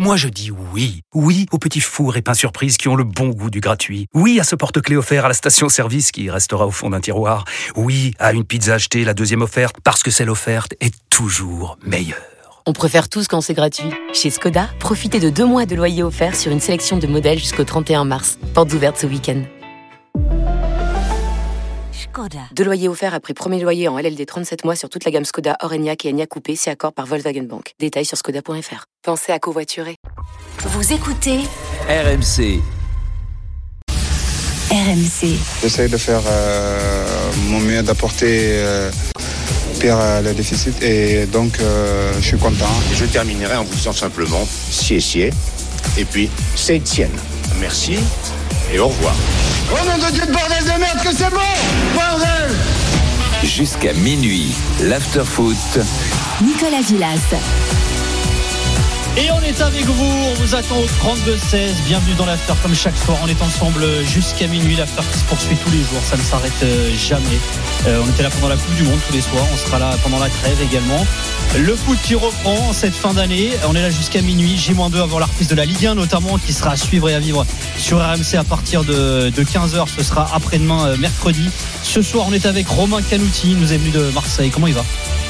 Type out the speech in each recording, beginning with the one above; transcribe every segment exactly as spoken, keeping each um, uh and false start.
Moi je dis oui. Oui aux petits fours et pains surprises qui ont le bon goût du gratuit. Oui à ce porte-clés offert à la station-service qui restera au fond d'un tiroir. Oui à une pizza achetée, la deuxième offerte, parce que celle offerte est toujours meilleure. On préfère tous quand c'est gratuit. Chez Skoda, profitez de deux mois de loyer offert sur une sélection de modèles jusqu'au trente et un mars. Portes ouvertes ce week-end. Skoda. Deux loyers offerts après premier loyer en L L D trente-sept mois sur toute la gamme Skoda, Orenia et Enyaq Coupé, si accord par Volkswagen Bank. Détails sur skoda point f r. Pensez à covoiturer. Vous écoutez R M C. R M C. J'essaie de faire euh, mon mieux, d'apporter euh, pire à le déficit et donc euh, je suis content. Et je terminerai en vous disant simplement sié sié et puis c'est Etienne. Merci et au revoir. Oh nom de Dieu de bordel de merde que c'est bon, bordel. Jusqu'à minuit, l'after-foot. Nicolas Villas. Et on est avec vous, on vous attend au trente-deux seize. Bienvenue dans l'after comme chaque soir. On est ensemble jusqu'à minuit. L'after qui se poursuit tous les jours, ça ne s'arrête jamais. Euh, on était là pendant la Coupe du Monde tous les soirs. On sera là pendant la trêve également. Le foot qui reprend cette fin d'année. On est là jusqu'à minuit. J deux avant la reprise de la Ligue un notamment, qui sera à suivre et à vivre sur R M C à partir de, de quinze heures. Ce sera après-demain, euh, mercredi. Ce soir, on est avec Romain Canouti. Il nous est venu de Marseille. Comment il va?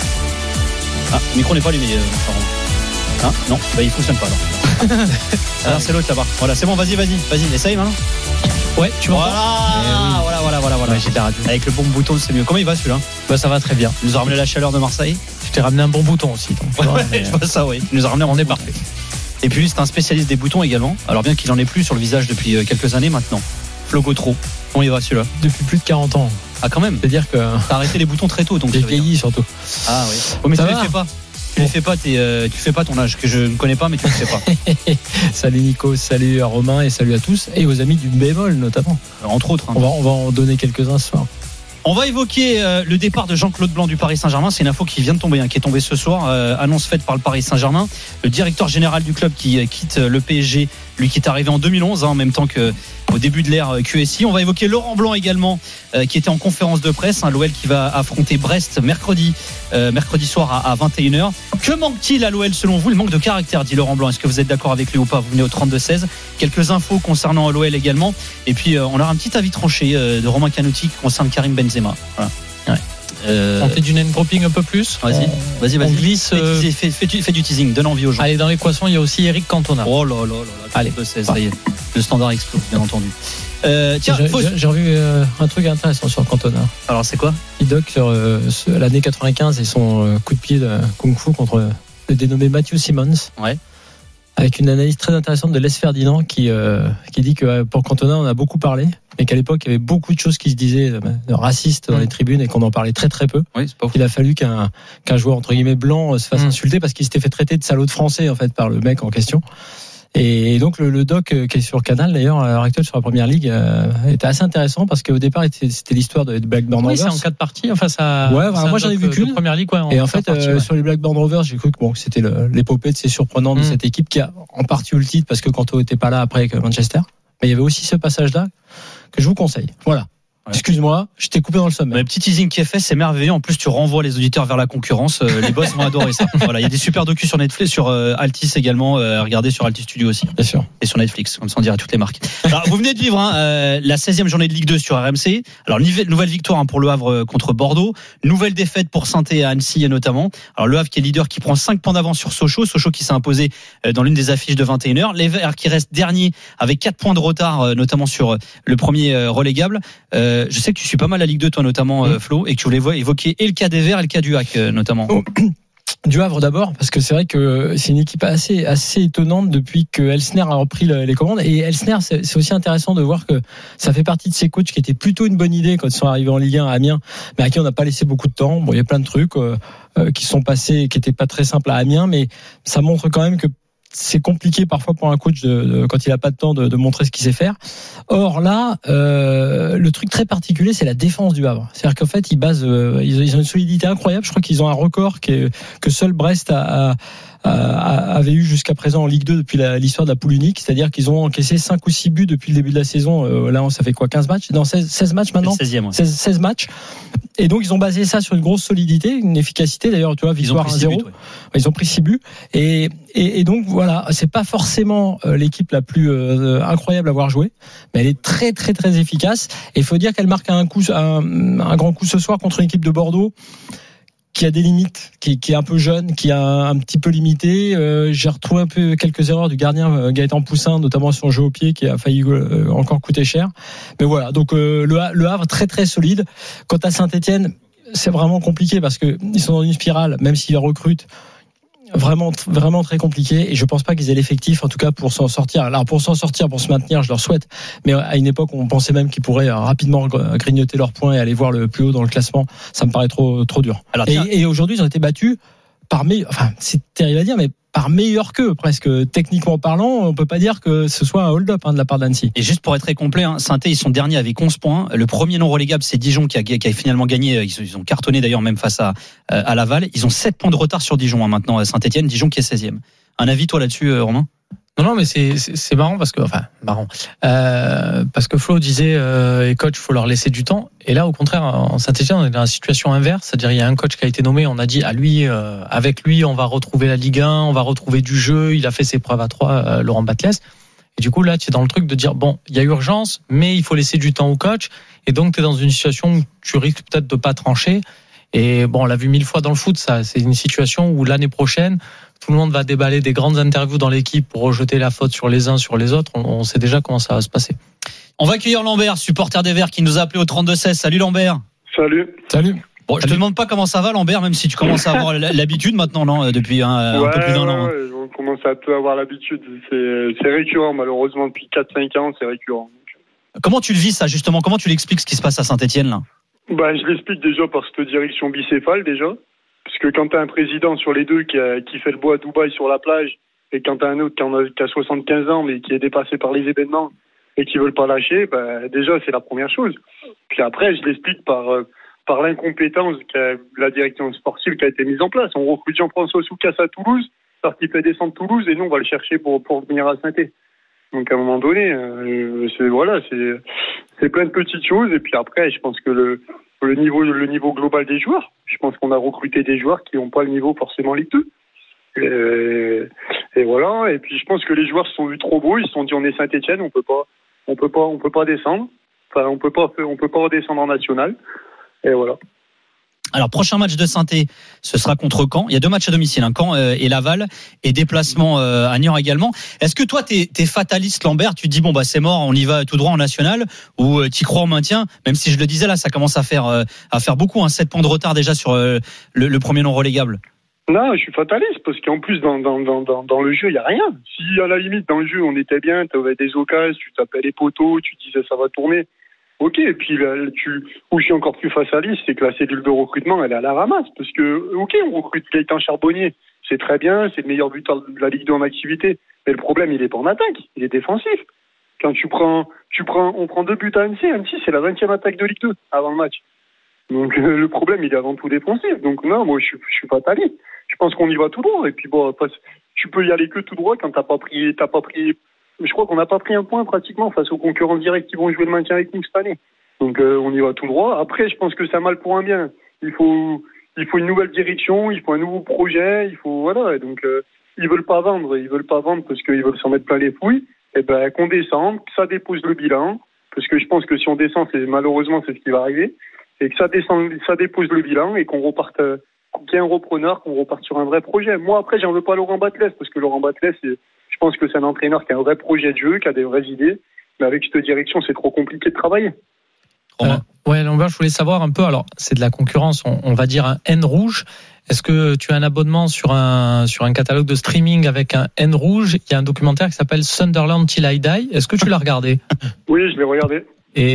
Ah, le micro n'est pas allumé. Euh, Hein non, bah il fonctionne pas alors. alors c'est l'autre là-bas. Voilà, c'est bon, vas-y, vas-y, vas-y, essaye maintenant. Ouais, tu vois. Voilà, oui. voilà, voilà, voilà, voilà. Ouais, j'ai la radio. Avec le bon bouton, c'est mieux. Comment il va celui-là? Bah ça va très bien. Il nous a ramené la chaleur de Marseille. Je t'ai ramené un bon bouton aussi. Donc, ouais, ouais, mais... je vois ça, oui. Il nous a ramené, on est parfait. Et puis lui, c'est un spécialiste des boutons également. Alors bien qu'il en ait plus sur le visage depuis quelques années maintenant. Flo Gautreau. Comment il va celui-là? Depuis plus de quarante ans. Ah quand même. C'est-à-dire que t'as arrêté les boutons très tôt, donc j'ai vieilli surtout. Ah oui. Oh, mais ça tu les fais pas. Tu ne fais pas, euh, tu fais pas ton âge que je ne connais pas, mais tu ne le fais pas. Salut Nico, salut à Romain et salut à tous et aux amis du bémol notamment. Alors, entre autres. Hein. On va, on va en donner quelques-uns ce soir. On va évoquer euh, le départ de Jean-Claude Blanc du Paris Saint-Germain. C'est une info qui vient de tomber, hein, qui est tombée ce soir. Euh, annonce faite par le Paris Saint-Germain. Le directeur général du club qui euh, quitte le P S G, lui qui est arrivé en deux mille onze, hein, en même temps que au début de l'ère Q S I. On va évoquer Laurent Blanc également, euh, qui était en conférence de presse. Hein, l'O L qui va affronter Brest mercredi, euh, mercredi soir à, à vingt et une heures. Que manque-t-il à l'O L selon vous? Il manque de caractère, dit Laurent Blanc. Est-ce que vous êtes d'accord avec lui ou pas? Vous venez au trente-deux seize. Quelques infos concernant l'O L également. Et puis euh, on aura un petit avis tranché euh, de Romain Canouti qui concerne Karim Benzema. Voilà. Ouais. Euh... On fait du name dropping un peu plus. Vas-y, on... vas-y, vas-y. On glisse. Euh... Fais, fais, fais, fais du teasing, donne envie aux gens. Allez, dans l'équation, il y a aussi Eric Cantona. Oh là là là là. Allez, seize, ça y est. Le standard explose, bien entendu. Euh, tiens, j'ai, faut... j'ai revu euh, un truc intéressant sur Cantona. Alors, c'est quoi? Il doc sur euh, l'année quatre-vingt-quinze et son euh, coup de pied de Kung Fu contre euh, le dénommé Matthew Simmons. Ouais. Avec une analyse très intéressante de Les Ferdinand qui, euh, qui dit que pour Cantona, on a beaucoup parlé, mais qu'à l'époque, il y avait beaucoup de choses qui se disaient de, de racistes dans mmh. les tribunes et qu'on en parlait très très peu. Oui, c'est pas fou. Il a fallu qu'un, qu'un joueur entre guillemets blanc se fasse mmh. insulter parce qu'il s'était fait traiter de salaud de français en fait par le mec en question. Et donc le, le doc qui est sur Canal d'ailleurs à l'heure actuelle sur la Première Ligue euh, était assez intéressant parce qu'au départ c'était, c'était l'histoire de, de Blackburn Rovers. Oui, c'est en quatre parties. Enfin ça. Ouais, voilà, moi j'en ai vu qu'une. Première Ligue, ouais. En et en fait parties, euh, ouais. sur les Blackburn Rovers, j'ai cru que bon c'était le, l'épopée de ces surprenants mmh. de cette équipe qui a en partie eu le titre parce que Canto était pas là après avec Manchester. Mais il y avait aussi ce passage-là que je vous conseille. Voilà. Ouais. Excuse-moi, je t'ai coupé dans le sommet. Le petit teasing qui est fait, c'est merveilleux. En plus, tu renvoies les auditeurs vers la concurrence. Euh, les boss vont adorer ça. Voilà, il y a des super docus sur Netflix, sur euh, Altis également. Euh, regardez sur Altis Studio aussi. Bien sûr. Et sur Netflix, comme ça on dirait toutes les marques. Alors, vous venez de vivre hein, euh, la seizième journée de Ligue deux sur R M C. Alors, nouvelle victoire hein, pour Le Havre contre Bordeaux. Nouvelle défaite pour Saint-Étienne et Annecy notamment. Alors, Le Havre qui est leader, qui prend cinq points d'avance sur Sochaux. Sochaux qui s'est imposé euh, dans l'une des affiches de vingt et une heures. Les Verts qui restent dernier avec quatre points de retard, euh, notamment sur euh, le premier euh, relégable. Euh, je sais que tu suis pas mal la Ligue deux toi notamment euh, Flo et que tu voulais évoquer et le cas des Verts et le cas du Hack euh, notamment. Oh. Du Havre d'abord parce que c'est vrai que c'est une équipe assez assez étonnante depuis que Elsner a repris le, les commandes et Elsner c'est, c'est aussi intéressant de voir que ça fait partie de ces coachs qui étaient plutôt une bonne idée quand ils sont arrivés en Ligue un à Amiens mais à qui on n'a pas laissé beaucoup de temps. Bon il y a plein de trucs euh, euh, qui sont passés qui étaient pas très simples à Amiens mais ça montre quand même que c'est compliqué parfois pour un coach de, de, quand il a pas de temps de, de montrer ce qu'il sait faire. Or là, euh, le truc très particulier, c'est la défense du Havre. C'est-à-dire qu'en fait, ils basent, euh, ils, ils ont une solidité incroyable. Je crois qu'ils ont un record que, que seul Brest a, a, avaient eu jusqu'à présent en Ligue deux depuis la, l'histoire de la poule unique, c'est-à-dire qu'ils ont encaissé cinq ou six buts depuis le début de la saison. Euh, là, ça fait quoi, quinze matchs? Non, seize, seize matchs maintenant. seizième, ouais. seize, seize matchs. Et donc, ils ont basé ça sur une grosse solidité, une efficacité. D'ailleurs, tu vois, victoire un zéro. Ouais. Ils ont pris six buts. Et, et, et donc, voilà, c'est pas forcément l'équipe la plus euh, incroyable à avoir joué, mais elle est très, très, très efficace. Et il faut dire qu'elle marque un coup, un, un grand coup ce soir contre une équipe de Bordeaux qui a des limites, qui, qui est un peu jeune, qui a un petit peu limité. Euh, j'ai retrouvé un peu quelques erreurs du gardien euh, Gaëtan Poussin, notamment son jeu au pied, qui a failli euh, encore coûter cher. Mais voilà, donc euh, le, le Havre très très solide. Quant à Saint-Etienne, c'est vraiment compliqué parce que ils sont dans une spirale, même s'ils recrutent. Vraiment, vraiment très compliqué, et je pense pas qu'ils aient l'effectif, en tout cas, pour s'en sortir. Alors, pour s'en sortir, pour se maintenir, je leur souhaite. Mais à une époque, on pensait même qu'ils pourraient rapidement grignoter leurs points et aller voir le plus haut dans le classement. Ça me paraît trop, trop dur. Alors, et, et aujourd'hui, ils ont été battus par meilleur, enfin, c'est terrible à dire, mais par meilleur qu'eux, presque. Techniquement parlant, on peut pas dire que ce soit un hold-up hein, de la part d'Annecy. Et juste pour être très complet, hein, Saint-Étienne, ils sont derniers avec onze points. Le premier non relégable, c'est Dijon qui a, qui a finalement gagné. Ils, ils ont cartonné d'ailleurs même face à, à Laval. Ils ont sept points de retard sur Dijon hein, maintenant à Saint-Étienne. Dijon qui est seizième. Un avis toi là-dessus, euh, Romain ? Non, non, mais c'est, c'est, c'est marrant parce que, enfin, marrant, euh, parce que Flo disait, euh, et coach, faut leur laisser du temps. Et là, au contraire, en Saint-Etienne, on est dans la situation inverse. C'est-à-dire, il y a un coach qui a été nommé, on a dit, à lui, euh, avec lui, on va retrouver la Ligue un, on va retrouver du jeu. Il a fait ses preuves à trois, euh, Laurent Batles. Et du coup, là, tu es dans le truc de dire, bon, il y a urgence, mais il faut laisser du temps au coach. Et donc, tu es dans une situation où tu risques peut-être de pas trancher. Et bon, on l'a vu mille fois dans le foot, ça. C'est une situation où l'année prochaine, tout le monde va déballer des grandes interviews dans l'équipe pour rejeter la faute sur les uns, sur les autres. On, on sait déjà comment ça va se passer. On va accueillir Lambert, supporter des Verts, qui nous a appelé au trente-deux seize. Salut Lambert. Salut. Salut. Bon, je Salut. te demande pas comment ça va Lambert, même si tu commences à avoir l'habitude maintenant, non, depuis un, ouais, un peu plus d'un ouais, an. Ouais, on commence à peu avoir l'habitude. C'est, c'est récurrent, malheureusement, depuis quatre cinq ans, c'est récurrent. Comment tu le vis ça justement ? Comment tu l'expliques ce qui se passe à Saint-Étienne là ? Bah, je l'explique déjà par cette direction bicéphale déjà. Parce que quand t'as un président sur les deux qui, a, qui fait le bois à Dubaï sur la plage, et quand t'as un autre qui, en a, qui a soixante-quinze ans mais qui est dépassé par les événements et qui veulent pas lâcher, bah, déjà c'est la première chose. Puis après, je l'explique par, euh, par l'incompétence de la direction sportive qui a été mise en place. On recrute Jean-François Soucas à Toulouse, parce qu'il fait descendre Toulouse, et nous on va le chercher pour, pour venir à Saint-Étienne. Donc à un moment donné, euh, c'est, voilà, c'est, c'est plein de petites choses. Et puis après, je pense que le, le niveau, le niveau global des joueurs, je pense qu'on a recruté des joueurs qui n'ont pas le niveau forcément Ligue deux. Et, et voilà. Et puis je pense que les joueurs se sont vus trop beaux. Ils se sont dit on est Saint-Étienne, on peut pas, on peut pas, on peut pas descendre. Enfin, on peut pas, on peut pas redescendre en national. Et voilà. Alors, prochain match de Saint-Étienne, ce sera contre Caen. Il y a deux matchs à domicile, hein, Caen et Laval, et déplacement à Niort également. Est-ce que toi, t'es, t'es fataliste, Lambert ? Tu te dis, bon, bah, c'est mort, on y va tout droit en national, ou t'y crois au maintien ? Même si je le disais, là, ça commence à faire, à faire beaucoup, hein, sept points de retard déjà sur le, le premier non relégable. Non, je suis fataliste, parce qu'en plus, dans, dans, dans, dans, dans le jeu, il n'y a rien. Si, à la limite, dans le jeu, on était bien, tu avais des occasions, tu tapais les poteaux, tu disais, ça va tourner. Ok, et puis là, tu, où je suis encore plus fataliste, c'est que la cellule de recrutement, elle est à la ramasse. Parce que, ok, on recrute Gaëtan Charbonnier, c'est très bien, c'est le meilleur buteur de la Ligue deux en activité. Mais le problème, il est pas en attaque, il est défensif. Quand tu prends, tu prends, on prend deux buts à Annecy, Annecy, c'est la vingtième attaque de Ligue deux avant le match. Donc euh, le problème, il est avant tout défensif. Donc non, moi, je suis, je suis fataliste. Je pense qu'on y va tout droit. Et puis bon, tu peux y aller que tout droit quand t'as pas pris, t'as pas pris. Je crois qu'on n'a pas pris un point pratiquement face aux concurrents directs qui vont jouer le maintien avec nous cette année. Donc euh, on y va tout droit. Après, je pense que c'est un mal pour un bien. Il faut, il faut une nouvelle direction, il faut un nouveau projet, il faut voilà. Donc euh, ils veulent pas vendre, ils veulent pas vendre parce qu'ils veulent s'en mettre plein les fouilles. Et ben qu'on descende, que ça dépose le bilan, parce que je pense que si on descend, c'est malheureusement c'est ce qui va arriver, et que ça descend, ça dépose le bilan et qu'on reparte, euh, qu'il y ait un repreneur, qu'on reparte sur un vrai projet. Moi après, j'en veux pas Laurent Batles parce que Laurent Batles, c'est je pense que c'est un entraîneur qui a un vrai projet de jeu, qui a des vraies idées. Mais avec cette direction, c'est trop compliqué de travailler. Euh, ouais, Lambert, je voulais savoir un peu. Alors, c'est de la concurrence, on, on va dire un N rouge. Est-ce que tu as un abonnement sur un sur un catalogue de streaming avec un N rouge ? Il y a un documentaire qui s'appelle Sunderland Till I Die. Est-ce que tu l'as regardé ? Oui, je l'ai regardé.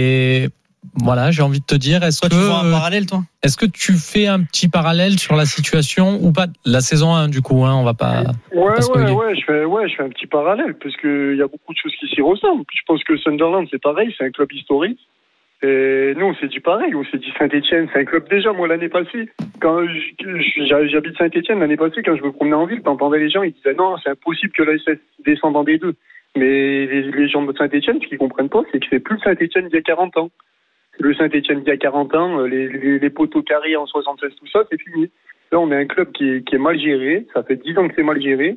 Et voilà, j'ai envie de te dire, est-ce toi, que tu vois un parallèle, toi ? Est-ce que tu fais un petit parallèle sur la situation ou pas ? La saison un, du coup, hein, on va pas. Ouais, pas ouais, ouais, je fais, ouais, je fais un petit parallèle parce que il y a beaucoup de choses qui s'y ressemblent. Je pense que Sunderland, c'est pareil, c'est un club historique. Et nous, on s'est dit pareil, on s'est dit Saint-Etienne, c'est un club déjà, moi, l'année passée, quand je, j'habite Saint-Etienne, l'année passée, quand je me promenais en ville, t'entendais les gens, ils disaient non, c'est impossible que l'A S S descende en D deux. Mais les, les gens de Saint-Etienne, ce qu'ils comprennent pas, c'est que c'est plus le Saint-Etienne d'il y a quarante ans. C'est le Saint-Etienne d'il y a quarante ans, les, les, les poteaux carrés en soixante-seize, tout ça, c'est fini. Là, on est un club qui est, qui est mal géré, ça fait dix ans que c'est mal géré,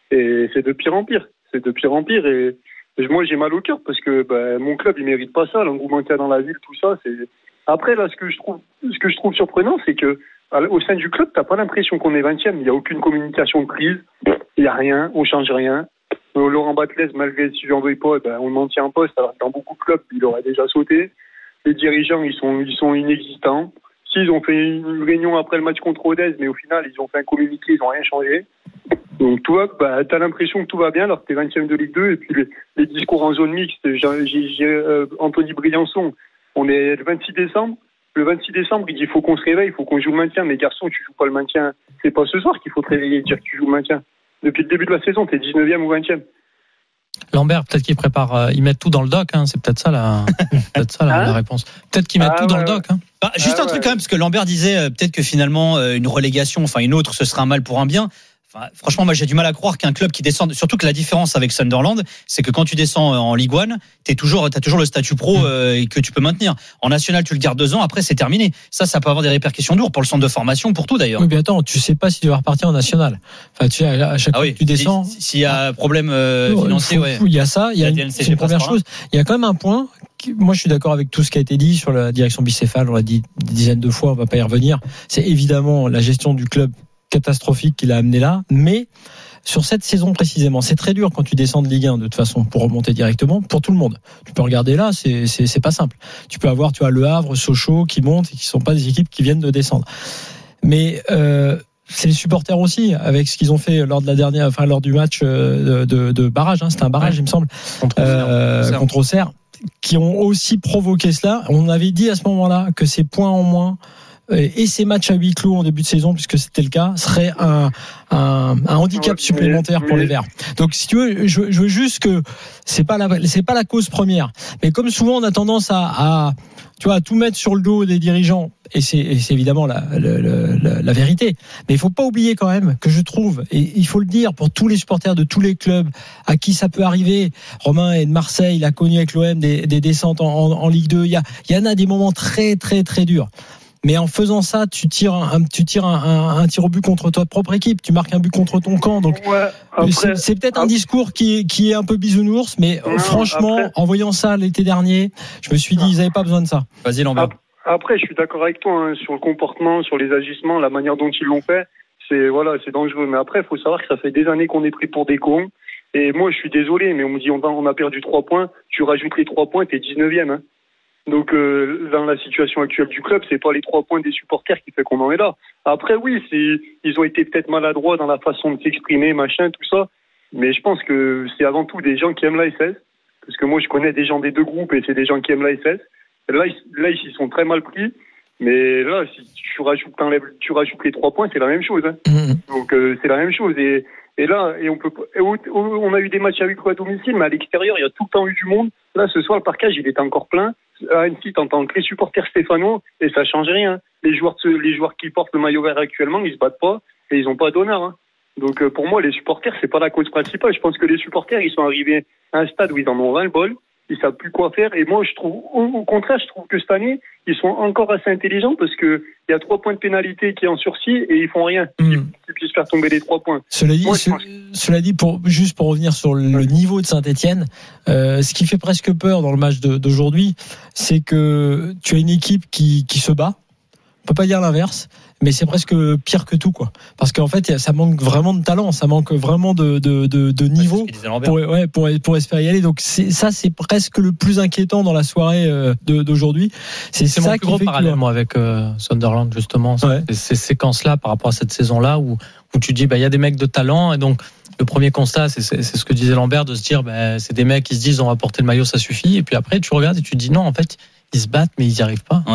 et c'est de pire en pire. C'est de pire en pire, et moi, j'ai mal au cœur parce que bah, mon club, il mérite pas ça. L'engouement qu'il y a dans la ville, tout ça. C'est... Après, là, ce que je trouve, ce que je trouve surprenant, c'est que au sein du club, t'as pas l'impression qu'on est vingtième. Il y a aucune communication de crise. Il y a rien. On change rien. Euh, Laurent Batles, malgré si j'en veux pas, ben, on le maintient en poste. Alors que dans beaucoup de clubs, il aurait déjà sauté. Les dirigeants, ils sont, ils sont inexistants. S'ils ont fait une réunion après le match contre Rodez, mais au final, ils ont fait un communiqué, ils ont rien changé. Donc, toi, bah, t'as l'impression que tout va bien alors que t'es vingtième de Ligue deux et puis les, les discours en zone mixte, j'ai, j'ai, j'ai euh, Anthony Briançon, on est le vingt-six décembre. Le vingt-six décembre, il dit il faut qu'on se réveille, il faut qu'on joue le maintien. Mais garçon, tu joues pas le maintien. C'est pas ce soir qu'il faut te réveiller et dire que tu joues le maintien. Depuis le début de la saison, t'es dix-neuvième ou vingtième. Lambert, peut-être qu'il prépare, euh, ils mettent tout dans le doc, hein, c'est peut-être ça la, peut-être ça la, hein la réponse. Peut-être qu'ils mettent ah, tout ouais, dans ouais. le doc. Hein. Bah, juste ah, un truc ouais. quand même, parce que Lambert disait euh, peut-être que finalement euh, une relégation, enfin une autre, ce sera un mal pour un bien. Enfin, franchement, moi j'ai du mal à croire qu'un club qui descend, surtout que la différence avec Sunderland, c'est que quand tu descends en Ligue un, t'es toujours, t'as toujours le statut pro euh, et que tu peux maintenir. En National, tu le gardes deux ans, après c'est terminé. Ça, ça peut avoir des répercussions lourdes pour le centre de formation, pour tout d'ailleurs. Oui, mais attends, tu sais pas si tu vas repartir en National. Enfin, tu sais, à chaque ah fois oui. que tu descends, s'il si y a problème euh, financier, faut, ouais. Il y a ça, il y a, une, c'est une première chose. Il y a quand même un point. Qui, moi, je suis d'accord avec tout ce qui a été dit sur la direction bicéphale. On l'a dit des dizaines de fois, on va pas y revenir. C'est évidemment la gestion du club catastrophique qui l'a amené là, mais sur cette saison précisément, c'est très dur quand tu descends de Ligue un de toute façon pour remonter directement pour tout le monde. Tu peux regarder là, c'est c'est c'est pas simple. Tu peux avoir tu vois Le Havre, Sochaux qui montent et qui sont pas des équipes qui viennent de descendre. Mais euh, c'est les supporters aussi avec ce qu'ils ont fait lors de la dernière, enfin lors du match de de, de barrage. Hein, c'était un barrage, ouais. il me semble, contre euh, contre Auxerre, qui ont aussi provoqué cela. On avait dit à ce moment-là que ces points en moins et ces matchs à huis clos en début de saison, puisque c'était le cas, serait un, un, un handicap supplémentaire pour les Verts. Donc, si tu veux, je, je veux juste que c'est pas la, c'est pas la cause première. Mais comme souvent, on a tendance à, à tu vois, à tout mettre sur le dos des dirigeants, et c'est, et c'est évidemment la, la, la, la vérité. Mais il faut pas oublier quand même que je trouve, et il faut le dire pour tous les supporters de tous les clubs à qui ça peut arriver. Romain est de Marseille, il a connu avec l'O M des, des descentes en, en, en Ligue deux. Il y a, il y en a des moments très, très, très durs. Mais en faisant ça, tu tires un, tu tires un, un, un tir au but contre ta propre équipe, tu marques un but contre ton camp. Donc, ouais, après, c'est, c'est peut-être un discours qui est, qui est un peu bisounours, mais non, franchement, après, en voyant ça l'été dernier, je me suis dit, ils n'avaient pas besoin de ça. Vas-y, Lambert. Après, je suis d'accord avec toi hein, sur le comportement, sur les agissements, la manière dont ils l'ont fait. C'est voilà, c'est dangereux. Mais après, il faut savoir que ça fait des années qu'on est pris pour des cons. Et moi, je suis désolé, mais on me dit, on, on a perdu trois points. Tu rajoutes les trois points, t'es dix-neuvième. Hein. Donc, euh, dans la situation actuelle du club, c'est pas les trois points des supporters qui fait qu'on en est là. Après, oui, c'est, ils ont été peut-être maladroits dans la façon de s'exprimer, machin, tout ça. Mais je pense que c'est avant tout des gens qui aiment l'A S S. Parce que moi, je connais des gens des deux groupes et c'est des gens qui aiment l'A S S. Là, ils, là, ils sont très mal pris. Mais là, si tu rajoutes, tu rajoutes les trois points, c'est la même chose. Hein. Mmh. Donc, euh, c'est la même chose. Et, et là, et on peut, et on a eu des matchs à huis clos à domicile, mais à l'extérieur, il y a tout le temps eu du monde. Là, ce soir, le parcage, il était encore plein. À Annecy, t'entends que les supporters stéphanois, et ça change rien. Les joueurs, les joueurs qui portent le maillot vert actuellement, ils se battent pas, et ils ont pas d'honneur. Hein. Donc, euh, pour moi, les supporters, c'est pas la cause principale. Je pense que les supporters, ils sont arrivés à un stade où ils en ont ras le bol. Ils savent plus quoi faire. Et moi, je trouve, au, au contraire, je trouve que cette année, ils sont encore assez intelligents parce que il y a trois points de pénalité qui est en sursis et ils font rien. Mmh. Ils, ils puissent faire tomber les trois points. Cela dit, moi, ce, pense... cela dit, pour juste pour revenir sur le ouais. niveau de Saint-Etienne, euh, ce qui fait presque peur dans le match de, d'aujourd'hui, c'est que tu as une équipe qui, qui se bat. On peut pas dire l'inverse, mais c'est presque pire que tout, quoi. Parce qu'en fait, ça manque vraiment de talent, ça manque vraiment de, de, de, de niveau pour, ouais, pour, pour espérer y aller. Donc c'est, ça, c'est presque le plus inquiétant dans la soirée de, d'aujourd'hui. C'est, c'est ça mon plus gros parallèle, moi, avec euh, Sunderland, justement. Ouais. Ces, ces séquences-là, par rapport à cette saison-là, où, où tu dis, bah, il y a des mecs de talent, et donc, le premier constat, c'est, c'est, c'est ce que disait Lambert, de se dire, bah, c'est des mecs qui se disent, on va porter le maillot, ça suffit. Et puis après, tu regardes et tu te dis, non, en fait, ils se battent, mais ils n'y arrivent pas. Ouais.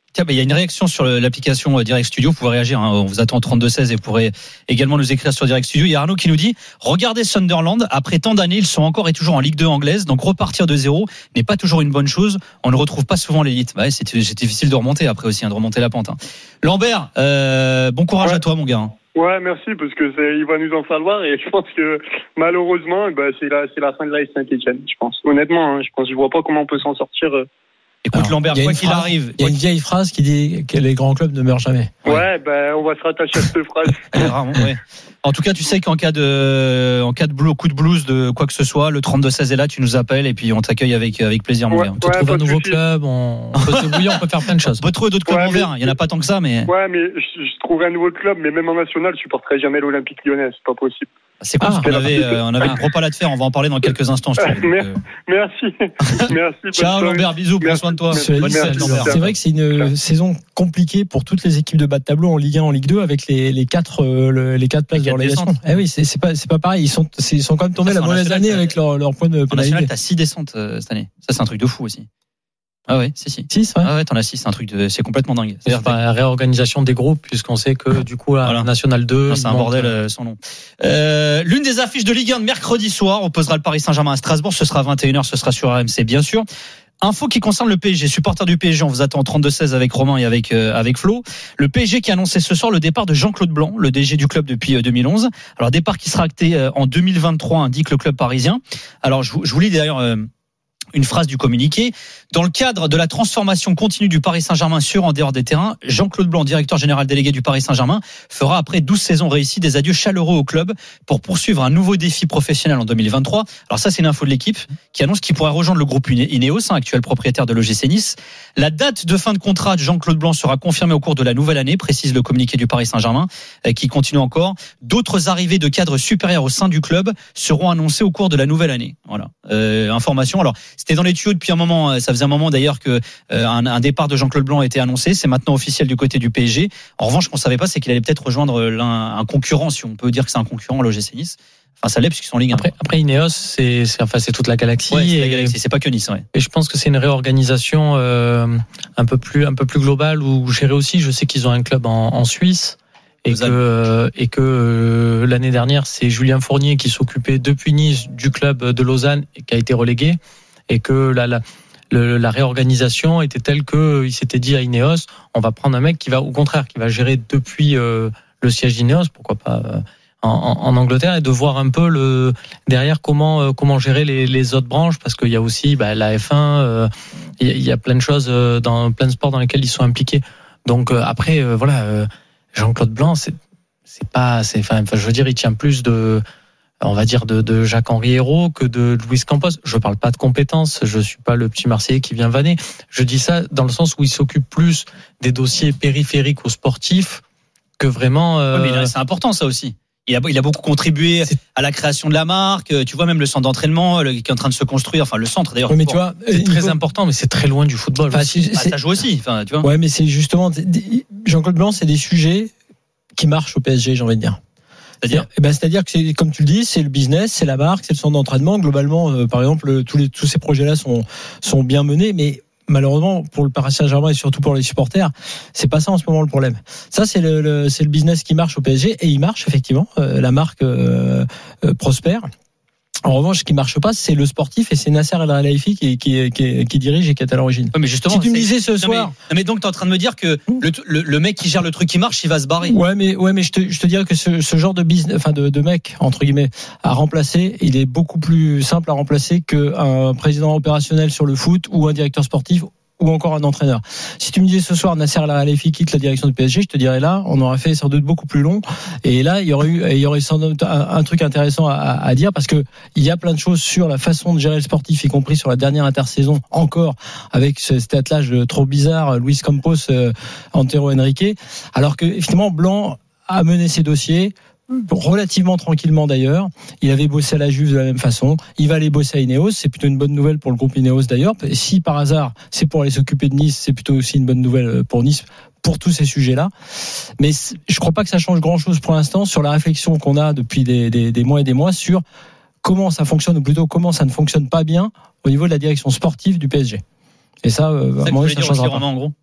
Tiens, bah, il y a une réaction sur l'application Direct Studio. Vous pouvez réagir. Hein. On vous attend au trente-deux seize et vous pourrez également nous écrire sur Direct Studio. Il y a Arnaud qui nous dit regardez Sunderland. Après tant d'années, ils sont encore et toujours en Ligue deux anglaise. Donc repartir de zéro n'est pas toujours une bonne chose. On ne retrouve pas souvent l'élite. Bah, c'est, c'est difficile de remonter après aussi, hein, de remonter la pente. Hein. Lambert, euh, bon courage ouais. à toi, mon gars. Hein. Ouais, merci, parce que c'est, il va nous en falloir et je pense que malheureusement, bah, c'est la, c'est la fin de l'A S Saint-Etienne, je pense. Honnêtement, hein, je pense, je vois pas comment on peut s'en sortir. Euh... Écoute, alors, Lambert, quoi qu'il phrase, arrive. Il y a une vieille phrase qui dit que les grands clubs ne meurent jamais. Ouais, ouais ben, on va se rattacher à cette phrase. Vraiment, ouais. En tout cas, tu sais qu'en cas de, en cas de bleu, coup de blues, de quoi que ce soit, le trente-deux seize est là, tu nous appelles et puis on t'accueille avec, avec plaisir, mon ouais, gars. On ouais, trouve un nouveau souci. club, on, on peut se débrouiller, on peut faire plein de choses. On peut trouver d'autres clubs ouais, en vert. Il y en a pas tant que ça, mais. Ouais, mais je, je trouverai un nouveau club, mais même en national, je supporterai jamais l'Olympique Lyonnais, c'est pas possible. C'est cool, ah, parce qu'on avait, euh, on avait une propale à te faire. On va en parler dans quelques instants. Je trouve, euh... Merci. Merci. Ciao, Lambert. Bisous. Prends soin de toi. Merci. Merci. C'est vrai que c'est une Ciao. saison compliquée pour toutes les équipes de bas de tableau en Ligue un, en Ligue deux, avec les, les quatre, euh, les quatre places les quatre de relégation. Eh oui, c'est, c'est pas, c'est pas pareil. Ils sont, ils sont quand même tombés la mauvaise année avec leur, leur point de pénalité. En national, t'as six descentes euh, cette année. Ça, c'est un truc de fou aussi. Ah ouais, si, si. six, ouais. Ah ouais, t'en as six, c'est un truc de, c'est complètement dingue. C'est C'est la réorganisation des groupes, puisqu'on sait que, du coup, à voilà. National deux. Non, c'est un bordel euh, sans nom. Euh, l'une des affiches de Ligue un de mercredi soir opposera le Paris Saint-Germain à Strasbourg. Ce sera à vingt et une heures, ce sera sur R M C, bien sûr. Info qui concerne le P S G, supporter du P S G, on vous attend au trente-deux seize avec Romain et avec, euh, avec Flo. Le P S G qui a annoncé ce soir le départ de Jean-Claude Blanc, le D G du club depuis euh, deux mille onze. Alors, départ qui sera acté euh, en deux mille vingt-trois, indique le club parisien. Alors, je vous, je vous lis d'ailleurs euh, une phrase du communiqué. Dans le cadre de la transformation continue du Paris Saint-Germain sur en dehors des terrains, Jean-Claude Blanc, directeur général délégué du Paris Saint-Germain, fera après douze saisons réussies des adieux chaleureux au club pour poursuivre un nouveau défi professionnel en deux mille vingt-trois. Alors ça, c'est une info de l'équipe qui annonce qu'il pourrait rejoindre le groupe Ineos, hein, actuel propriétaire de l'O G C Nice. La date de fin de contrat de Jean-Claude Blanc sera confirmée au cours de la nouvelle année, précise le communiqué du Paris Saint-Germain, qui continue encore. D'autres arrivées de cadres supérieurs au sein du club seront annoncées au cours de la nouvelle année. Voilà. Euh, information. Alors, c'était dans les tuyaux depuis un moment. Ça faisait un moment d'ailleurs que euh, un, un départ de Jean-Claude Blanc a été annoncé. C'est maintenant officiel du côté du P S G. En revanche, ce qu'on savait pas, c'est qu'il allait peut-être rejoindre l'un, un concurrent, si on peut dire que c'est un concurrent, l'O G C Nice. Enfin, ça l'est puisqu'ils sont en Ligue un. Après, après Ineos, c'est, c'est, enfin, c'est toute la galaxie. Ouais, c'est et, la galaxie, c'est pas que Nice. Ouais. Et je pense que c'est une réorganisation euh, un peu plus, un peu plus globale ou gérée aussi. Je sais qu'ils ont un club en, en Suisse. Et que, euh, et que euh, l'année dernière, c'est Julien Fournier qui s'occupait depuis Nice du club de Lausanne et qui a été relégué. Et que la, la, le, la réorganisation était telle qu'il s'était dit à Ineos, on va prendre un mec qui va, au contraire, qui va gérer depuis euh, le siège d'Ineos, pourquoi pas euh, en, en Angleterre, et de voir un peu le derrière comment euh, comment gérer les, les autres branches, parce qu'il y a aussi bah, la F un, euh, il, y a, il y a plein de choses euh, dans plein de sports dans lesquels ils sont impliqués. Donc euh, après, euh, voilà. Euh, Jean-Claude Blanc, c'est c'est pas, c'est, enfin, je veux dire, il tient plus de, on va dire de, de Jacques-Henri Hérault que de Luis Campos. Je parle pas de compétences, je suis pas le petit Marseillais qui vient vanner. Je dis ça dans le sens où il s'occupe plus des dossiers périphériques aux sportifs que vraiment. Euh... Ouais, mais c'est important ça aussi. Il a, il a beaucoup contribué c'est... à la création de la marque. Tu vois, même le centre d'entraînement le, qui est en train de se construire. Enfin, le centre d'ailleurs. Ouais, mais tu vois, c'est très faut... important, mais c'est très loin du football. Enfin, c'est... Bah, ça joue aussi. Enfin, tu vois. Ouais, mais c'est justement Jean-Claude Blanc, c'est des sujets qui marchent au P S G, j'ai envie de dire. C'est-à-dire, eh ben, c'est-à-dire que c'est, comme tu le dis, c'est le business, c'est la marque, c'est le centre d'entraînement. Globalement, euh, par exemple, tous les tous ces projets-là sont sont bien menés, mais malheureusement, pour le Paris Saint-Germain et surtout pour les supporters, c'est pas ça en ce moment le problème. Ça, c'est le, le c'est le business qui marche au P S G et il marche effectivement. Euh, la marque euh, euh, prospère. En revanche, ce qui marche pas, c'est le sportif et c'est Nasser El Khelaifi qui, qui, qui, qui dirige et qui est à l'origine. Ouais, mais justement, si tu me c'est... disais ce non, soir, mais, non, mais donc t'es en train de me dire que le, le, le mec qui gère le truc qui marche, il va se barrer. Ouais, mais ouais, mais je te, je te dirais que ce, ce genre de business, enfin de, de mec entre guillemets, à remplacer, il est beaucoup plus simple à remplacer qu'un président opérationnel sur le foot ou un directeur sportif ou encore un entraîneur. Si tu me disais ce soir Nasser El Khelaifi quitte la direction du P S G, je te dirais là, on aurait fait sans doute beaucoup plus long. Et là, il y aurait eu, il y aurait sans doute un, un truc intéressant à, à dire parce que il y a plein de choses sur la façon de gérer le sportif, y compris sur la dernière intersaison encore avec ce, cet attelage trop bizarre, Luis Campos, euh, Antero Henrique. Alors que finalement Blanc a mené ses dossiers relativement tranquillement d'ailleurs. Il avait bossé à la Juve de la même façon. Il va aller bosser à Ineos. C'est plutôt une bonne nouvelle pour le groupe Ineos d'ailleurs. Si par hasard c'est pour aller s'occuper de Nice, c'est plutôt aussi une bonne nouvelle pour Nice pour tous ces sujets-là. Mais je crois pas que ça change grand-chose pour l'instant sur la réflexion qu'on a depuis des, des, des mois et des mois sur comment ça fonctionne ou plutôt comment ça ne fonctionne pas bien au niveau de la direction sportive du P S G. Et ça, euh, c'est à mon avis, ça changera pas. En gros.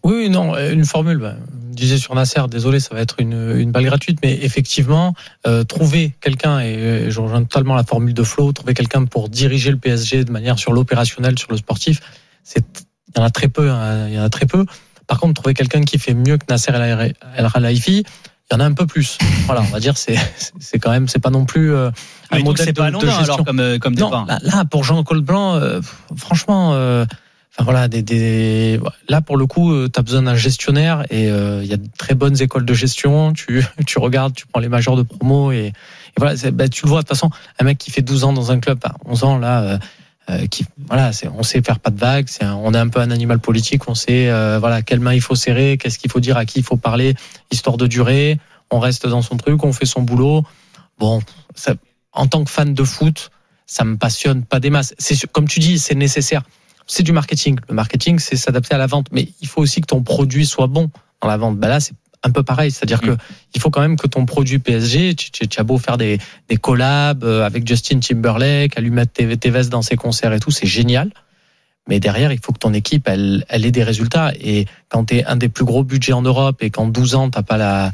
Oui, non, une formule. Bah, je disais sur Nasser, désolé, ça va être une, une balle gratuite, mais effectivement, euh, trouver quelqu'un, et je rejoins totalement la formule de Flo, trouver quelqu'un pour diriger le P S G de manière sur l'opérationnel, sur le sportif, c'est, il y en a très peu, hein, il y en a très peu. Par contre, trouver quelqu'un qui fait mieux que Nasser El Khelaifi, il y en a un peu plus. Voilà, on va dire, c'est, c'est quand même, c'est pas non plus euh, un mais modèle c'est de, pas de anodin, gestion. alors, comme, comme non, départ. Là, là, pour Jean-Claude Blanc, euh, franchement, euh, enfin voilà, des, des, là pour le coup, tu as besoin d'un gestionnaire et il euh, y a de très bonnes écoles de gestion. Tu, tu regardes, tu prends les majors de promo et, et voilà, c'est, bah, tu le vois de toute façon, un mec qui fait douze ans dans un club, bah, onze ans là, euh, euh, qui, voilà, c'est, on sait faire pas de vagues, c'est un, on est un peu un animal politique, on sait euh, voilà quelle main il faut serrer, qu'est-ce qu'il faut dire, à qui il faut parler, histoire de durer. On reste dans son truc, on fait son boulot. Bon, ça, en tant que fan de foot, ça me passionne pas des masses. C'est comme tu dis, c'est nécessaire. C'est du marketing. Le marketing, c'est s'adapter à la vente, mais il faut aussi que ton produit soit bon dans la vente. Ben là, c'est un peu pareil, c'est-à-dire mmh. que il faut quand même que ton produit P S G, tu, tu, tu as beau faire des, des collabs avec Justin Timberlake, à lui mettre tes, tes vestes dans ses concerts et tout, c'est génial. Mais derrière, il faut que ton équipe, elle, elle ait des résultats. Et quand t'es un des plus gros budgets en Europe et qu'en douze ans, t'as pas la,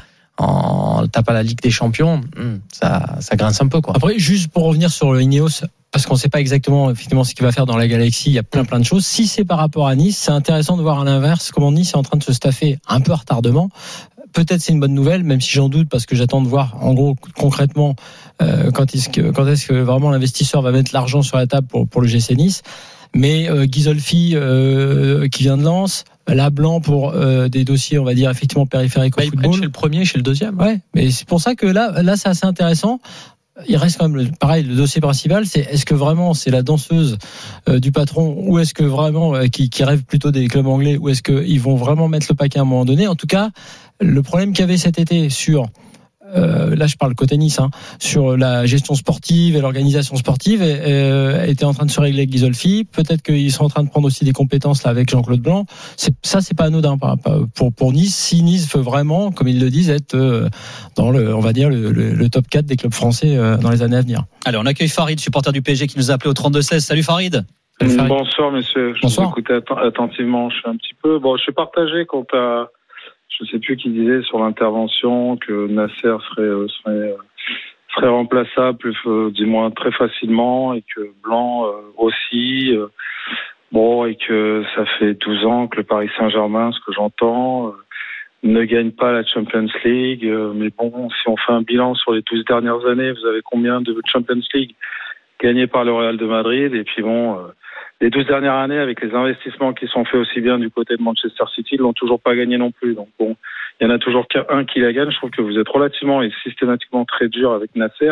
en, t'as pas la Ligue des Champions, ça, ça grince un peu, quoi. Après, juste pour revenir sur le Ineos, parce qu'on ne sait pas exactement effectivement ce qu'il va faire dans la galaxie, il y a plein plein de choses. Si c'est par rapport à Nice, c'est intéressant de voir à l'inverse comment Nice est en train de se staffer un peu à retardement. Peut-être c'est une bonne nouvelle, même si j'en doute, parce que j'attends de voir en gros concrètement euh, quand est-ce que quand est-ce que vraiment l'investisseur va mettre l'argent sur la table pour pour le G C Nice. Mais euh, Ghisolfi euh, qui vient de Lens, Lablanc pour euh, des dossiers, on va dire effectivement périphériques au bah, football. Chez le premier, chez le deuxième. Ouais, mais c'est pour ça que là, là, c'est assez intéressant. Il reste quand même le, pareil, le dossier principal, c'est est-ce que vraiment c'est la danseuse euh, du patron ou est-ce que vraiment euh, qui, qui rêve plutôt des clubs anglais ou est-ce qu'ils vont vraiment mettre le paquet à un moment donné. En tout cas, le problème qu'il y avait cet été sur Euh, là je parle côté Nice hein, sur la gestion sportive et l'organisation sportive euh, était en train de se régler avec Ghisolfi. Peut-être qu'ils sont en train de prendre aussi des compétences là avec Jean-Claude Blanc. C'est, ça c'est pas anodin pour, pour Nice. Si Nice veut vraiment, comme ils le disent, être euh, dans le, on va dire le, le, le top quatre des clubs français euh, dans les années à venir. Allez, on accueille Farid, supporter du P S G, qui nous a appelé au trente-deux seize. Salut Farid. Salut Farid. Bonsoir messieurs. Je Bonsoir. vous écoutais attentivement. Je suis un petit peu, bon, je suis partagé quant à, je sais plus qui disait sur l'intervention que Nasser serait serait, serait remplaçable, euh, du moins très facilement, et que Blanc euh, aussi. Euh, bon, et que ça fait douze ans que le Paris Saint-Germain, ce que j'entends, euh, ne gagne pas la Champions League. Euh, mais bon, si on fait un bilan sur les douze dernières années, vous avez combien de Champions League gagnés par le Real de Madrid? Et puis bon. Euh, Les douze dernières années, avec les investissements qui sont faits aussi bien du côté de Manchester City, ils l'ont toujours pas gagné non plus. Donc bon, il y en a toujours qu'un qui la gagne. Je trouve que vous êtes relativement et systématiquement très dur avec Nasser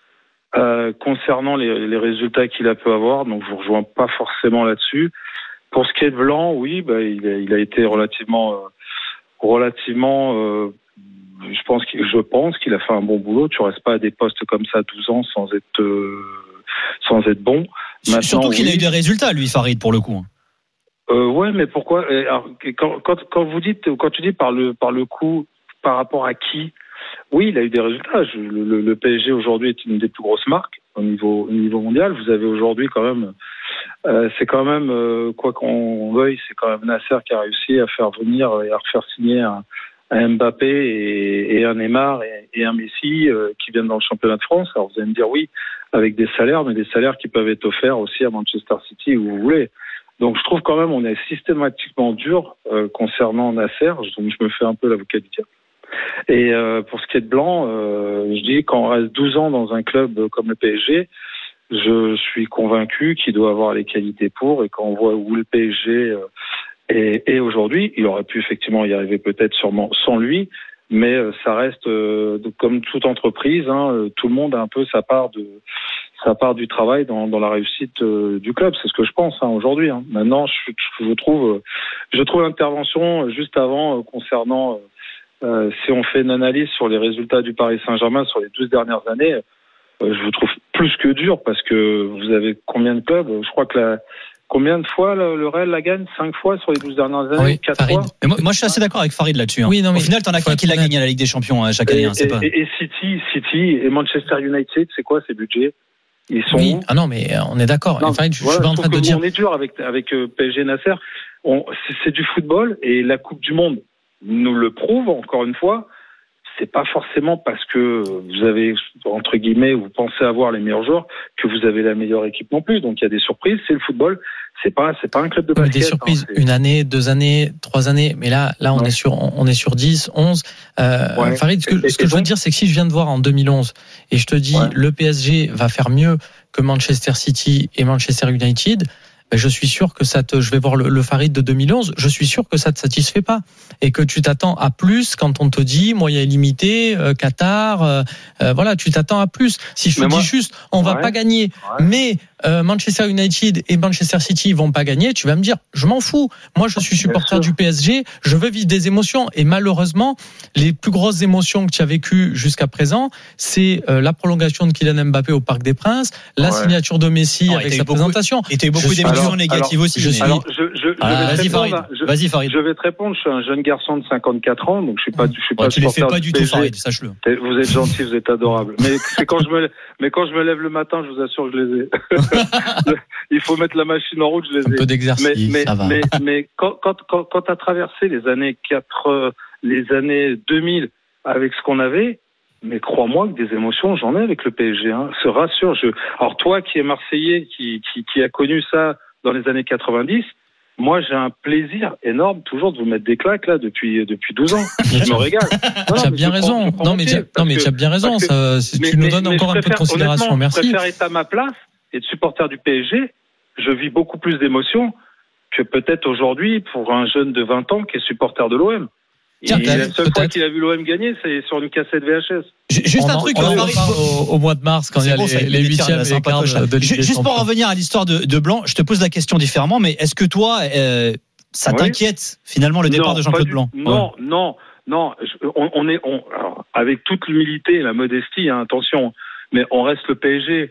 euh, concernant les, les résultats qu'il a pu avoir. Donc je vous rejoins pas forcément là-dessus. Pour ce qui est de Blanc, oui, bah, il, a, il a été relativement, euh, relativement. Euh, je pense qu'il, je pense qu'il a fait un bon boulot. Tu restes pas à des postes comme ça douze ans sans être, euh, sans être bon. Maintenant, surtout qu'il oui. a eu des résultats, lui, Farid, pour le coup. Euh, ouais, mais pourquoi alors, quand, quand, quand vous dites, quand tu dis par le, par le coup, par rapport à qui? Oui, il a eu des résultats. Je, le, le P S G aujourd'hui est une des plus grosses marques au niveau, au niveau mondial. Vous avez aujourd'hui quand même, euh, c'est quand même euh, quoi qu'on veuille, c'est quand même Nasser qui a réussi à faire venir et à refaire signer un, un Mbappé et, et un Neymar et, et un Messi euh, qui viennent dans le championnat de France. Alors vous allez me dire oui, avec des salaires, mais des salaires qui peuvent être offerts aussi à Manchester City où vous voulez. Donc je trouve quand même on est systématiquement dur euh, concernant Nasser, donc je me fais un peu l'avocat du diable. Et euh, pour ce qui est de Blanc, euh, je dis quand on reste douze ans dans un club comme le P S G, je suis convaincu qu'il doit avoir les qualités pour, et quand on voit où le P S G euh, est, est aujourd'hui, il aurait pu effectivement y arriver peut-être sûrement sans lui, mais euh, ça reste euh, comme toute entreprise, hein, euh, tout le monde a un peu sa part de sa part du travail dans, dans la réussite euh, du club, c'est ce que je pense hein, aujourd'hui. Hein. Maintenant, je, je trouve, je trouve l'intervention juste avant euh, concernant, euh, euh, si on fait une analyse sur les résultats du Paris Saint-Germain sur les douze dernières années, euh, je vous trouve plus que dur parce que vous avez combien de clubs? Je crois que la Combien de fois le, le Real la gagne? Cinq fois sur les douze dernières années? Oui, quatre Farid. fois moi, moi, je suis assez d'accord avec Farid là-dessus. Hein. Oui, non, mais au final, t'en as qu'un qui l'a gagné à la Ligue des Champions hein, chaque année. Et, hein, c'est et, pas... et, et City, City et Manchester United, c'est quoi ces budgets? Ils sont oui. où? Ah non, mais on est d'accord. Non, Farid, je, voilà, je suis pas en train de dire. On est dur avec avec euh, P S G Nasser. on, c'est, c'est du football et la Coupe du Monde nous le prouve encore une fois. C'est pas forcément parce que vous avez, entre guillemets, vous pensez avoir les meilleurs joueurs que vous avez la meilleure équipe non plus. Donc il y a des surprises, c'est le football. C'est pas, c'est pas un club de basket. Des surprises, hein, une année, deux années, trois années. Mais là, là, on ouais. est sur, on est sur dix, onze. Euh, ouais. Farid, ce que, et, ce que et je donc, veux dire, c'est que si je viens de voir en deux mille onze et je te dis, ouais. le P S G va faire mieux que Manchester City et Manchester United, je suis sûr que ça te, je vais voir le, le Farid de deux mille onze, je suis sûr que ça te satisfait pas et que tu t'attends à plus quand on te dit moyen illimité, euh, Qatar, euh, euh, voilà, tu t'attends à plus. Si je te dis juste, on ouais. va pas gagner, ouais. mais euh, Manchester United et Manchester City vont pas gagner, tu vas me dire, je m'en fous. Moi, je suis supporter du P S G, je veux vivre des émotions et malheureusement, les plus grosses émotions que tu as vécues jusqu'à présent, c'est euh, la prolongation de Kylian Mbappé au Parc des Princes, la ouais. signature de Messi non, avec sa beaucoup, présentation. Et tu as eu beaucoup d'émotions alors, négatives alors, aussi. Je suis... Alors, je, je, ah, je vais vas-y, Farid. Je, vas-y, Farid. Je vais te répondre. Je suis un jeune garçon de cinquante-quatre ans, donc je suis pas, je suis bon, pas. Tu les fais pas du tout, Farid, sache-le. Vous êtes gentil, vous êtes adorable. Mais c'est quand je me, mais quand je me lève le matin, je vous assure, je les ai. Il faut mettre la machine en route, je les ai. Un peu d'exercice, mais, ça va. Mais, mais quand, quand, quand, quand t'as traversé les années quatre, les années deux mille avec ce qu'on avait. Mais crois-moi que des émotions, j'en ai avec le P S G. Hein. Se rassure. Je... Alors toi, qui es Marseillais, qui, qui, qui a connu ça dans les années quatre-vingt-dix, moi, j'ai un plaisir énorme toujours de vous mettre des claques là depuis depuis douze ans. Je me régale. Tu as bien raison. Prends, non, mais tu non, mais tu as bien raison. Que, ça, si mais, tu nous donnes mais, encore mais un peu de considération. Merci. Je préfère être à ma place et de supporter du P S G. Je vis beaucoup plus d'émotions que peut-être aujourd'hui pour un jeune de vingt ans qui est supporter de l'O M. Tiens, et la seule fois qu'il a vu l'O M gagner, c'est sur une cassette V H S. Juste on un en, truc, on en au, au mois de mars, quand il y a bon, les, les huitièmes et quarts de Ligue des Juste pour revenir à l'histoire de, de Blanc, je te pose la question différemment, mais est-ce que toi, euh, ça t'inquiète oui. finalement le départ non, de Jean-Claude Blanc? Non, ouais. non, non. On, on est, on, alors, avec toute l'humilité et la modestie, hein, attention, mais on reste le P S G.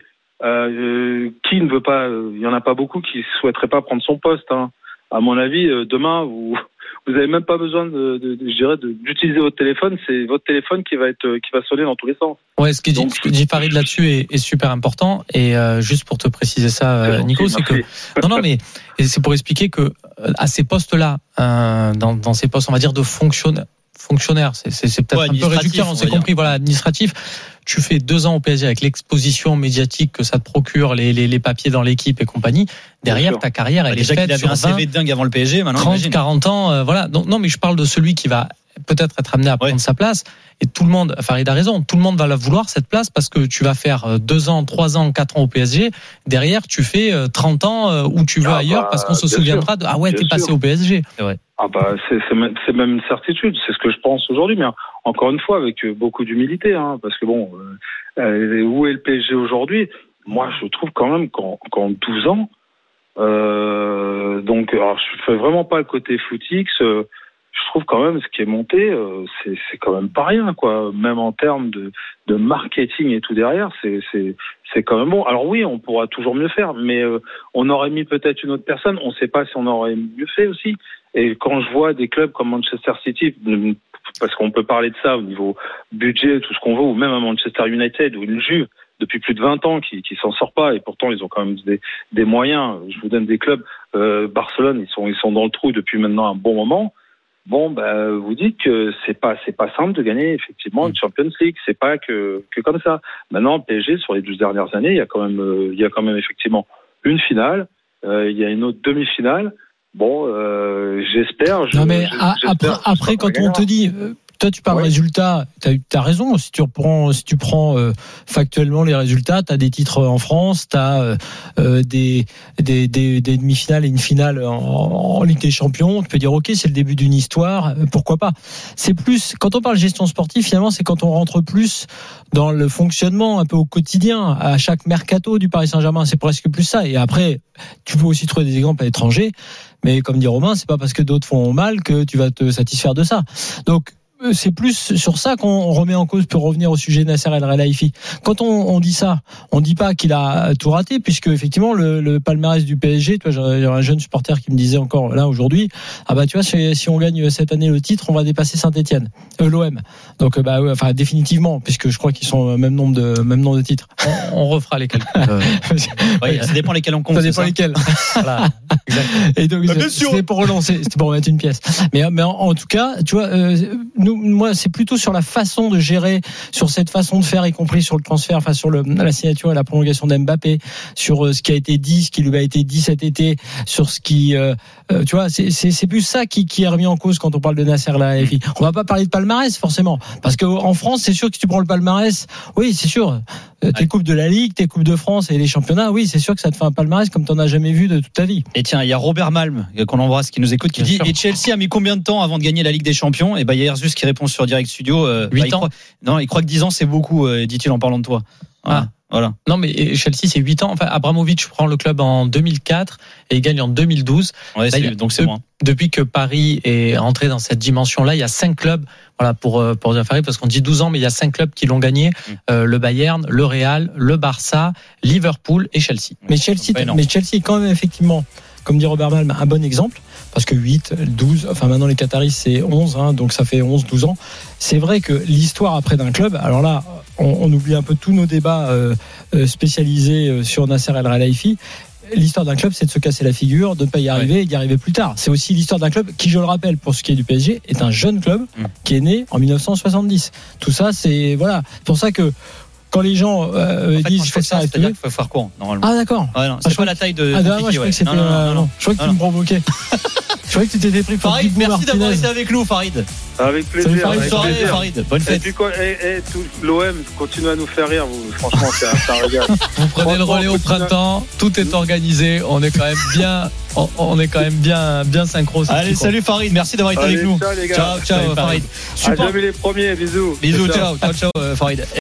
Euh, qui ne veut pas? Il y en a pas beaucoup qui souhaiteraient pas prendre son poste. Hein. À mon avis, demain, vous vous avez même pas besoin de, de, de je dirais, de, d'utiliser votre téléphone. C'est votre téléphone qui va être, qui va sonner dans tous les sens. Ouais, ce que dit, ce que dit Farid là-dessus est, est super important. Et euh, juste pour te préciser ça, euh, Nico, c'est que non, non, mais c'est pour expliquer que à ces postes-là, euh, dans, dans ces postes, on va dire de fonctionnaire. Fonctionnaire, c'est, c'est, c'est peut-être ouais, un peu réducteur, on s'est compris, voilà, administratif. Tu fais deux ans au P S G avec l'exposition médiatique que ça te procure, les, les, les papiers dans l'équipe et compagnie. Derrière, ta carrière, elle déjà est faite qu'il avait sur un C V de dingue avant le P S G, maintenant, trente, quarante ans, euh, voilà. Donc, non, mais je parle de celui qui va peut-être être amené à prendre ouais. sa place. Et tout le monde, Farid a raison, tout le monde va la vouloir, cette place, parce que tu vas faire deux ans, trois ans, quatre ans au P S G. Derrière, tu fais trente ans où tu veux ah ailleurs, bah, parce qu'on se souviendra sûr. de, ah ouais, bien t'es sûr. passé au P S G. C'est vrai. Ah bah, c'est, c'est, même, c'est même une certitude, c'est ce que je pense aujourd'hui, mais encore une fois, avec beaucoup d'humilité, hein, parce que bon, euh, où est le P S G aujourd'hui? Moi, je trouve quand même qu'en, qu'en douze ans, euh, donc, alors, je fais vraiment pas le côté footix, euh, je trouve quand même ce qui est monté, euh, c'est, c'est quand même pas rien, quoi. Même en termes de, de marketing et tout derrière, c'est, c'est, c'est quand même bon. Alors oui, on pourra toujours mieux faire, mais euh, on aurait mis peut-être une autre personne. On ne sait pas si on aurait mieux fait aussi. Et quand je vois des clubs comme Manchester City, parce qu'on peut parler de ça au niveau budget, tout ce qu'on veut, ou même à Manchester United ou une Juve depuis plus de vingt ans qui qui s'en sort pas, et pourtant ils ont quand même des des moyens. Je vous donne des clubs. Euh, Barcelone, ils sont ils sont dans le trou depuis maintenant un bon moment. Bon, bah, vous dites que c'est pas, c'est pas simple de gagner, effectivement, une Champions League. C'est pas que, que comme ça. Maintenant, le P S G, sur les douze dernières années, il y a quand même, euh, il y a quand même effectivement une finale, euh, il y a une autre demi-finale. Bon, euh, j'espère. Je, non, mais je, à, après, après quand on te dit, euh, toi, tu parles ouais. résultats, t'as, t'as raison. Si tu reprends, si tu prends euh, factuellement les résultats, t'as des titres en France, t'as euh, des, des, des, des demi-finales et une finale en, en Ligue des Champions. Tu peux dire, ok, c'est le début d'une histoire, pourquoi pas. C'est plus, quand on parle gestion sportive, finalement, c'est quand on rentre plus dans le fonctionnement un peu au quotidien, à chaque mercato du Paris Saint-Germain. C'est presque plus ça. Et après, tu peux aussi trouver des exemples à l'étranger. Mais comme dit Romain, c'est pas parce que d'autres font mal que tu vas te satisfaire de ça. Donc, c'est plus sur ça qu'on remet en cause pour revenir au sujet de Nasser El Khelaifi. Quand on, on dit ça, on dit pas qu'il a tout raté, puisque effectivement le, le palmarès du P S G, toi, j'ai un jeune supporter qui me disait encore là aujourd'hui, ah bah tu vois, si, si on gagne cette année le titre, on va dépasser Saint-Etienne, euh, l'O M. Donc bah ouais, enfin définitivement, puisque je crois qu'ils sont au même nombre de même nombre de titres. On, on refera les calculs. Oui, ça dépend lesquels on compte. Ça dépend ça lesquels. Voilà. Et donc bah, c'était pour relancer, c'était pour mettre une pièce. Mais mais en, en tout cas, tu vois, euh, nous, moi, c'est plutôt sur la façon de gérer, sur cette façon de faire, y compris sur le transfert, enfin sur le, la signature et la prolongation d'Mbappé, sur euh, ce qui a été dit, ce qui lui a été dit cet été, sur ce qui, euh, euh, tu vois, c'est, c'est, c'est plus ça qui, qui est remis en cause quand on parle de Nasser El Khelaifi. On va pas parler de palmarès forcément, parce qu'en France, c'est sûr que si tu prends le palmarès, oui, c'est sûr. Tes coupes de la Ligue, tes coupes de France et les championnats, oui, c'est sûr que ça te fait un palmarès comme t'en as jamais vu de toute ta vie. Et tiens, il y a Robert Malm, qu'on embrasse, qui nous écoute, qui Bien dit sûr. Et Chelsea a mis combien de temps avant de gagner la Ligue des Champions? Et ben, il y a Erzus qui répond sur Direct Studio. Euh, huit bah, il ans. Croit, non, il croit que dix ans, c'est beaucoup, euh, dit-il en parlant de toi. Voilà. Ah. Voilà. Non, mais Chelsea, c'est huit ans. Enfin, Abramovich prend le club en deux mille quatre et il gagne en deux mille douze. Ouais, c'est, Là, donc c'est de, moins. Depuis que Paris est entré dans cette dimension-là, il y a cinq clubs, voilà, pour, pour dire Paris, parce qu'on dit douze ans, mais il y a cinq clubs qui l'ont gagné. Mmh. Euh, le Bayern, le Real, le Barça, Liverpool et Chelsea. Mais Chelsea, mais Chelsea est quand même effectivement, comme dit Robert Malm, un bon exemple. Parce que huit, douze, enfin maintenant les Qataris c'est onze, hein, donc ça fait onze, douze ans. C'est vrai que l'histoire après d'un club, alors là, on, on oublie un peu tous nos débats euh, spécialisés sur Nasser El Khelaifi. L'histoire d'un club, c'est de se casser la figure, de ne pas y arriver ouais. et d'y arriver plus tard. C'est aussi l'histoire d'un club qui, je le rappelle, pour ce qui est du P S G, est un jeune club mmh. qui est né en dix-neuf cent soixante-dix. Tout ça, c'est voilà. C'est pour ça que quand les gens euh, en fait, disent qu'il faut s'arrêter, c'est-à-dire qu'il faut faire court normalement. Ah d'accord. Ouais, non, c'est ah, pas la taille de. Ah non, moi je croyais que c'était. Non, non, non, non. Je croyais que tu me provoquais. Je croyais que tu t'étais pris pour Farid, merci d'avoir été avec nous, Farid. Avec plaisir. Salut, avec soirée, plaisir. Farid. Bonne fête. Et puis, et, et, tout, l'O M continue à nous faire rire. Vous, franchement, c'est un, c'est un régal. Vous prenez le relais au printemps. Tout est organisé. On est quand même bien. On, on est quand même bien, bien synchro. Allez, salut Farid. Merci d'avoir été Allez, avec nous. Ciao, les gars. Ciao, ciao, Farid. À jamais les premiers. Bisous. Bisous, ciao, ciao, ciao, Farid.